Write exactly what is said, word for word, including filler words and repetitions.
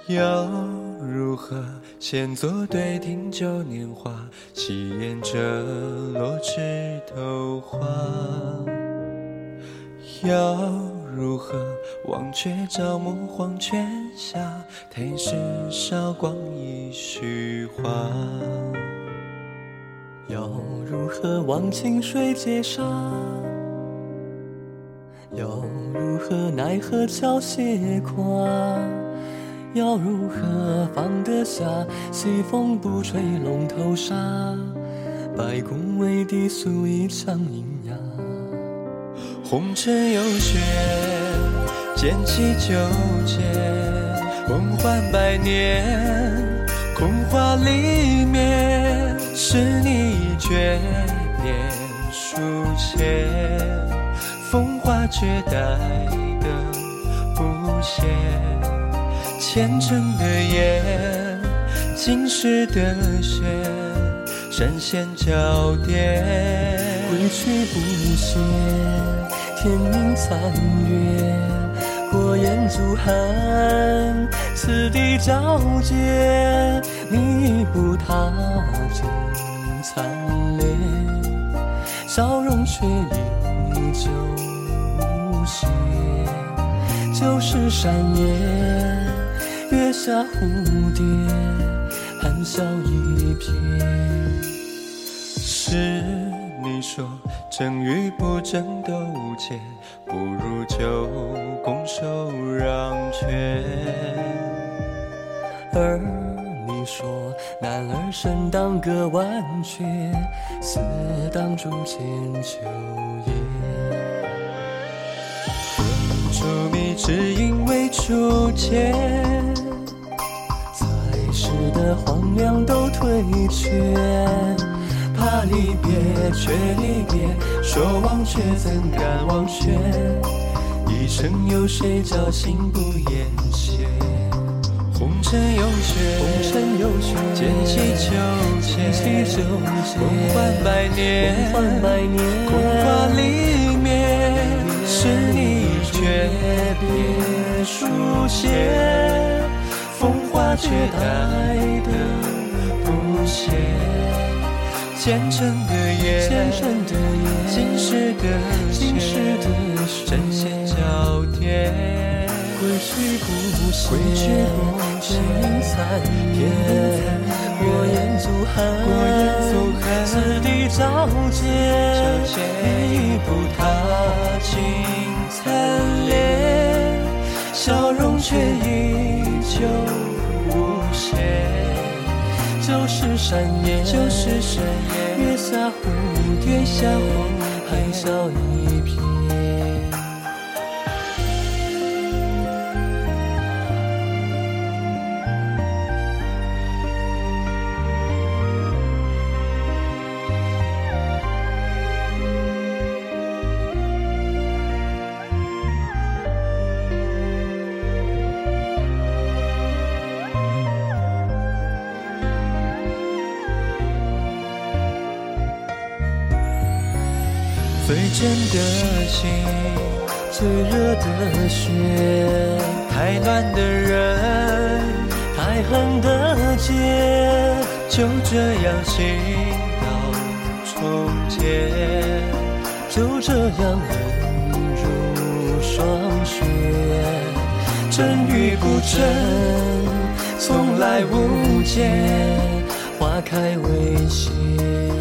又如何闲坐对听旧年华，细沿着落枝头花。又如何忘却朝暮黄泉下，褪湿韶光一虚华。 又如何望清水阶沙，又如何奈何桥斜跨，要如何放得下西风不吹龙头沙，白宫为地诉一场阴哑。 红尘有雪，剑气纠结，梦幻百年，空花里面是你诀别书签，风华绝代的不谢，虔诚的眼，今世的血，闪现焦点， 归去不歇，天明残月，过眼足寒，此地交接，你不踏尽残烈，笑容却依旧无邪，就是山野，月下蝴蝶，含笑一瞥。 是你说争与不争都无解，不如就拱手让权。 而你说男儿身当歌万阙，似当竹间秋叶。 何处觅知音为初见， 在世的荒凉都退却，怕离别却离别，说忘却怎敢忘却，一生有谁叫心不言谢。 红尘有雪， 红尘有雪， 剑气纠结，梦幻百年， 梦幻百年， 空花里面是你诀别书写，风华绝代的不谢，虔诚的眼， 虔诚的眼， 今世的今世的血， 针线交叠， 归去不歇， 归去不歇， 天明残月，过眼足寒， 过眼足寒， 此地交接， 你不踏尽残烈，笑容却依旧无邪。 就是山野， 就是山野， 月下蝴蝶， 月下蝴含笑一瞥。 最真的心， 最热的血， 太暖的人， 太恨的结， 就这样心到重结， 就这样忍入霜雪。真与不真，从来无解，花开为谢。